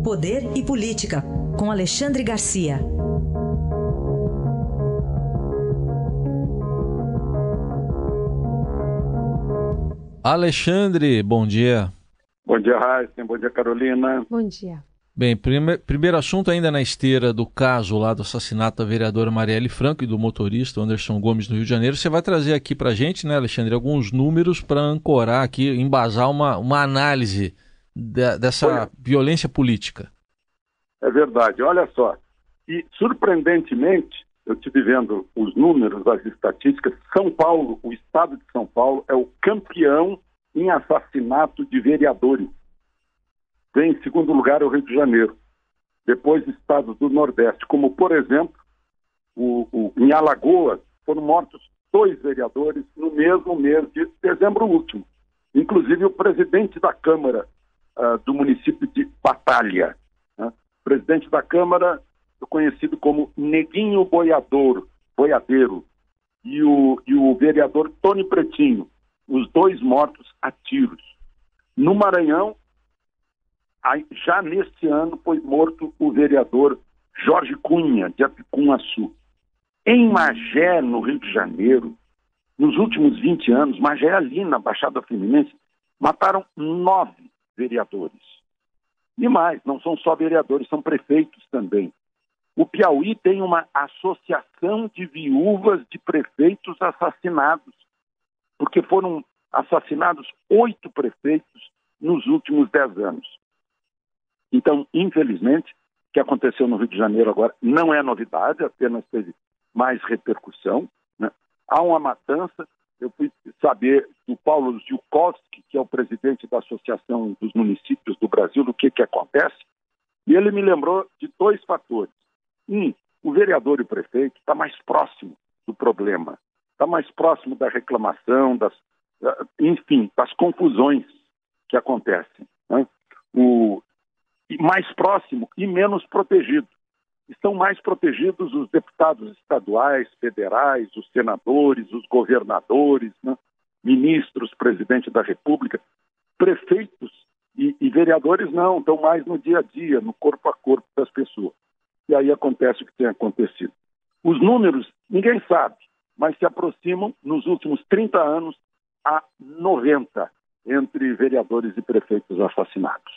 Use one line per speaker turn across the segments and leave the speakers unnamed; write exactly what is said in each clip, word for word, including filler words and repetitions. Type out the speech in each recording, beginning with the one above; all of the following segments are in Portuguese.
Poder e Política, com Alexandre Garcia.
Alexandre, bom dia.
Bom dia, Raíssa. Bom dia, Carolina.
Bom dia.
Bem, prime- primeiro assunto ainda na esteira do caso lá do assassinato da vereadora Marielle Franco e do motorista Anderson Gomes no Rio de Janeiro. Você vai trazer aqui pra gente, né, Alexandre, alguns números para ancorar aqui, embasar uma, uma análise de, dessa Olha, violência política.
É verdade, olha só. E, surpreendentemente, eu estive vendo os números, as estatísticas, São Paulo, o estado de São Paulo, é o campeão em assassinato de vereadores. Vem em segundo lugar o Rio de Janeiro. Depois estados do Nordeste, como, por exemplo, o, o, em Alagoas, foram mortos dois vereadores no mesmo mês de dezembro último. Inclusive o presidente da Câmara uh, do município de Batalha. Né? Presidente da Câmara, conhecido como Neguinho Boiador, Boiadeiro, e o, e o vereador Tony Pretinho, os dois mortos a tiros. No Maranhão, já neste ano foi morto o vereador Jorge Cunha, de Apicum-Açu. Em Magé, no Rio de Janeiro, nos últimos vinte anos, Magé ali na Baixada Fluminense, mataram nove vereadores. E mais, não são só vereadores, são prefeitos também. O Piauí tem uma associação de viúvas de prefeitos assassinados, porque foram assassinados oito prefeitos nos últimos dez anos. Então, infelizmente, o que aconteceu no Rio de Janeiro agora não é novidade, apenas teve mais repercussão, né? Há uma matança. Eu fui saber do Paulo Ziukowski, que é o presidente da Associação dos Municípios do Brasil, do que, que acontece, e ele me lembrou de dois fatores. Um, o vereador e o prefeito está mais próximo do problema, está mais próximo da reclamação, das, enfim, das confusões que acontecem, né? O, mais próximo e menos protegido. Estão mais protegidos os deputados estaduais, federais, os senadores, os governadores, né? Ministros, presidente da República, prefeitos e, e vereadores não, estão mais no dia a dia, no corpo a corpo das pessoas. E aí acontece o que tem acontecido. Os números, ninguém sabe, mas se aproximam, nos últimos trinta anos, a noventa entre vereadores e prefeitos assassinados.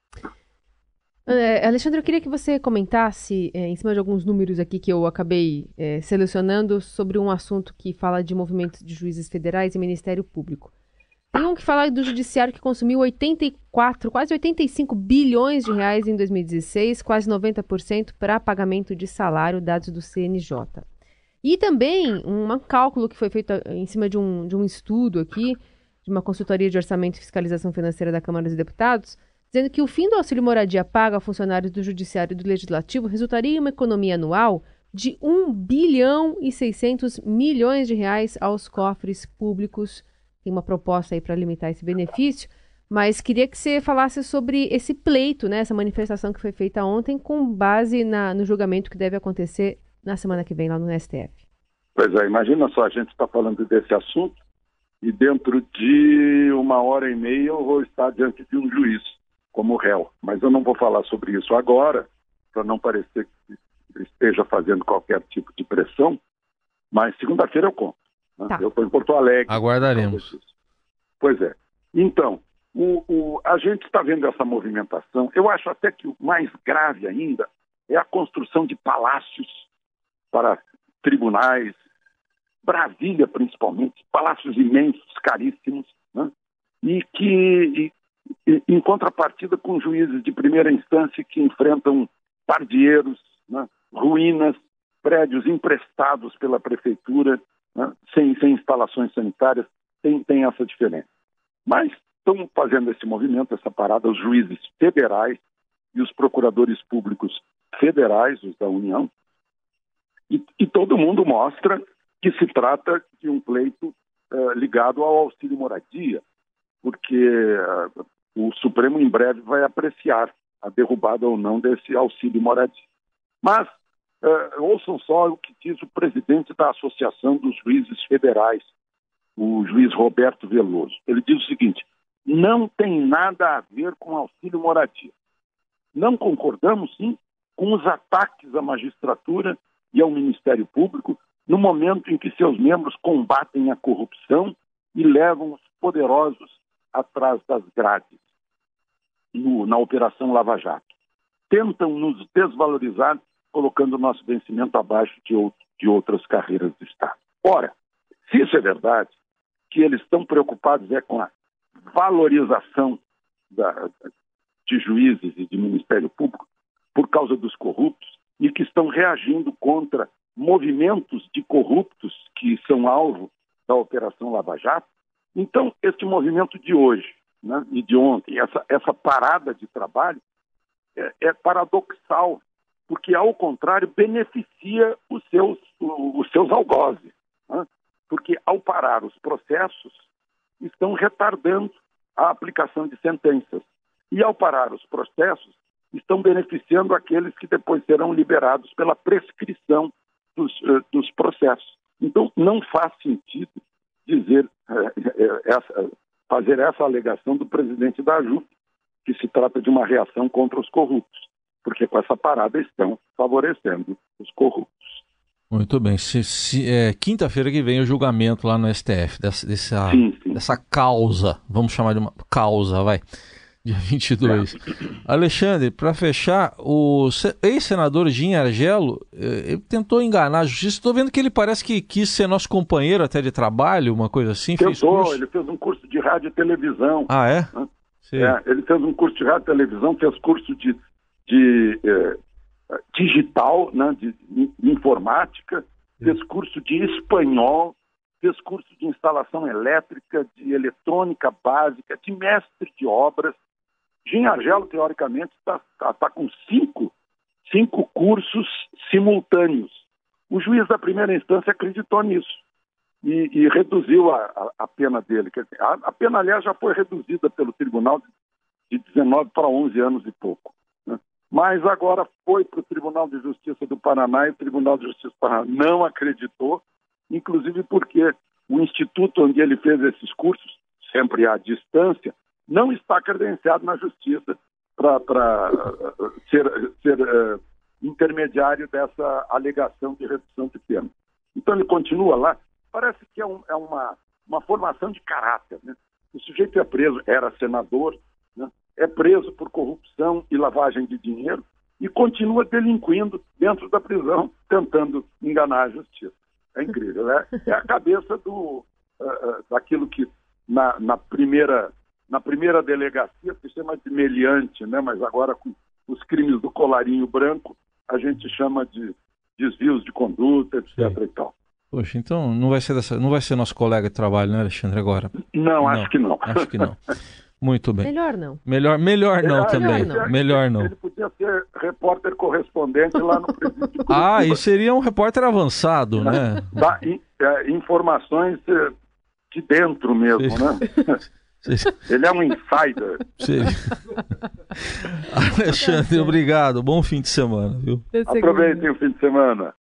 É, Alexandre, eu queria que você comentasse, é, em cima de alguns números aqui que eu acabei é, selecionando, sobre um assunto que fala de movimentos de juízes federais e Ministério Público. Tem um que fala do judiciário que consumiu oitenta e quatro, quase oitenta e cinco bilhões de reais em dois mil e dezesseis, quase noventa por cento para pagamento de salário, dados do C N J. E também um cálculo que foi feito em cima de um, de um estudo aqui, de uma consultoria de orçamento e fiscalização financeira da Câmara dos Deputados, dizendo que o fim do auxílio moradia pago a funcionários do Judiciário e do Legislativo resultaria em uma economia anual de um bilhão e seiscentos milhões de reais aos cofres públicos. Tem uma proposta aí para limitar esse benefício, mas queria que você falasse sobre esse pleito, né, essa manifestação que foi feita ontem, com base na, no julgamento que deve acontecer na semana que vem lá no S T F.
Pois é, imagina só, a gente está falando desse assunto e dentro de uma hora e meia eu vou estar diante de um juiz como réu, mas eu não vou falar sobre isso agora, para não parecer que esteja fazendo qualquer tipo de pressão, mas segunda-feira eu conto. Né?
Tá.
Eu estou em Porto Alegre.
Aguardaremos.
Pois é. Então, o, o, a gente está vendo essa movimentação. Eu acho até que o mais grave ainda é a construção de palácios para tribunais, Brasília principalmente, palácios imensos, caríssimos, né? e que... E, em contrapartida com juízes de primeira instância que enfrentam pardieiros, né, ruínas, prédios emprestados pela prefeitura, né, sem, sem instalações sanitárias, tem, tem essa diferença. Mas estão fazendo esse movimento, essa parada, os juízes federais e os procuradores públicos federais, os da União, e, e todo mundo mostra que se trata de um pleito uh, ligado ao auxílio moradia, porque uh, o Supremo em breve vai apreciar a derrubada ou não desse auxílio moradia. Mas uh, ouçam só o que diz o presidente da Associação dos Juízes Federais, o juiz Roberto Veloso. Ele diz o seguinte: não tem nada a ver com auxílio moradia. Não concordamos, sim, com os ataques à magistratura e ao Ministério Público no momento em que seus membros combatem a corrupção e levam os poderosos atrás das grades no, na Operação Lava Jato. Tentam nos desvalorizar, colocando o nosso vencimento abaixo de, outro, de outras carreiras do Estado. Ora, se isso é verdade, que eles estão preocupados é com a valorização da, de juízes e de Ministério Público por causa dos corruptos e que estão reagindo contra movimentos de corruptos que são alvo da Operação Lava Jato, então este movimento de hoje, né, e de ontem, essa, essa parada de trabalho é, é paradoxal, porque, ao contrário, beneficia os seus, os seus algozes, né? Porque, ao parar os processos, estão retardando a aplicação de sentenças. E, ao parar os processos, estão beneficiando aqueles que depois serão liberados pela prescrição dos, dos processos. Então, não faz sentido dizer, é, essa, fazer essa alegação do presidente da AJUP, que se trata de uma reação contra os corruptos, porque com essa parada estão favorecendo os corruptos.
Muito bem. Se, se, é, quinta-feira que vem o julgamento lá no S T F, dessa, dessa,
sim, sim.
dessa causa, vamos chamar de uma causa, vai, dia vinte e dois. É. Alexandre, para fechar, o ex-senador Gin Argelo ele tentou enganar a justiça. Estou vendo que ele parece que quis ser nosso companheiro até de trabalho, uma coisa assim.
Tentou,
fez curso.
Ele fez um curso de rádio e televisão.
Ah, é?
Né? É, ele fez um curso de rádio e televisão, fez curso de, de eh, digital, né, de, de informática, fez curso de espanhol, fez curso de instalação elétrica, de eletrônica básica, de mestre de obras. Gin Argelo, teoricamente, está tá, tá com cinco, cinco cursos simultâneos. O juiz da primeira instância acreditou nisso e, e reduziu a, a, a pena dele. Quer dizer, a, a pena, aliás, já foi reduzida pelo tribunal de dezenove para onze anos e pouco. Né? Mas agora foi para o Tribunal de Justiça do Paraná e o Tribunal de Justiça do Paraná não acreditou, inclusive porque o instituto onde ele fez esses cursos, sempre à distância, não está credenciado na Justiça para uh, ser, ser uh, intermediário dessa alegação de redução de pena. Então ele continua lá. Parece que é, um, é uma, uma formação de caráter. Né? O sujeito é preso, era senador, né? É preso por corrupção e lavagem de dinheiro e continua delinquindo dentro da prisão, tentando enganar a justiça. É incrível, né? É a cabeça do, uh, uh, daquilo que na, na, primeira, na primeira delegacia se chama de meliante, né? Mas agora com os crimes do colarinho branco a gente chama de desvios de conduta, etc.
Sim.
E tal.
Poxa, então não vai ser dessa, não vai ser nosso colega de trabalho, né, Alexandre, agora?
Não, não, acho que não.
Acho que não. Muito bem.
Melhor não.
Melhor, melhor não
ele,
também.
Melhor não.
Melhor não.
Ele podia ser repórter correspondente lá no presídio de Curitiba.
Ah, e seria um repórter avançado, né?
Dá in, é, informações é, de dentro mesmo, Sim. né? Sim. Ele é um insider.
Sim. Alexandre, obrigado. Bom fim de semana, viu?
Aproveitem o fim de semana.